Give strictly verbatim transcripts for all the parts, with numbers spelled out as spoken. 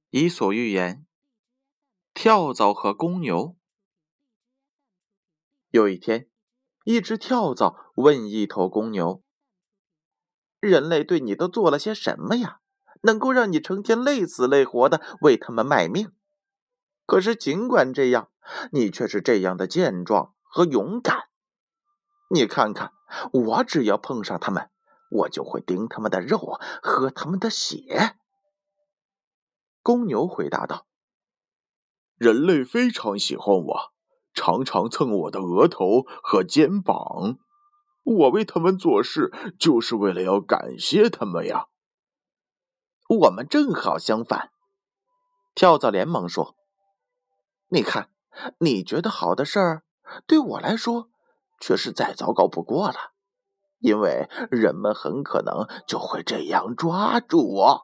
伊索寓言：跳蚤和公牛。有一天，一只跳蚤问一头公牛：人类对你都做了些什么呀？能够让你成天累死累活的为他们卖命？可是尽管这样，你却是这样的健壮和勇敢。你看看，我只要碰上他们，我就会叮他们的肉，喝他们的血。公牛回答道： 人类非常喜欢我，常常蹭我的额头和肩膀。我为他们做事，就是为了要感谢他们呀。 我们正好相反。跳蚤连忙说：你看，你觉得好的事儿，对我来说却是再糟糕不过了，因为人们很可能就会这样抓住我。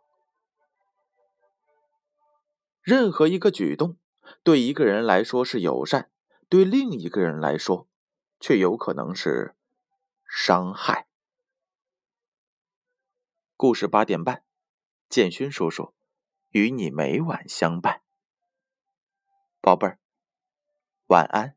任何一个举动对一个人来说是友善，对另一个人来说却有可能是伤害。故事八点半，建勋叔叔与你每晚相伴。宝贝儿，晚安。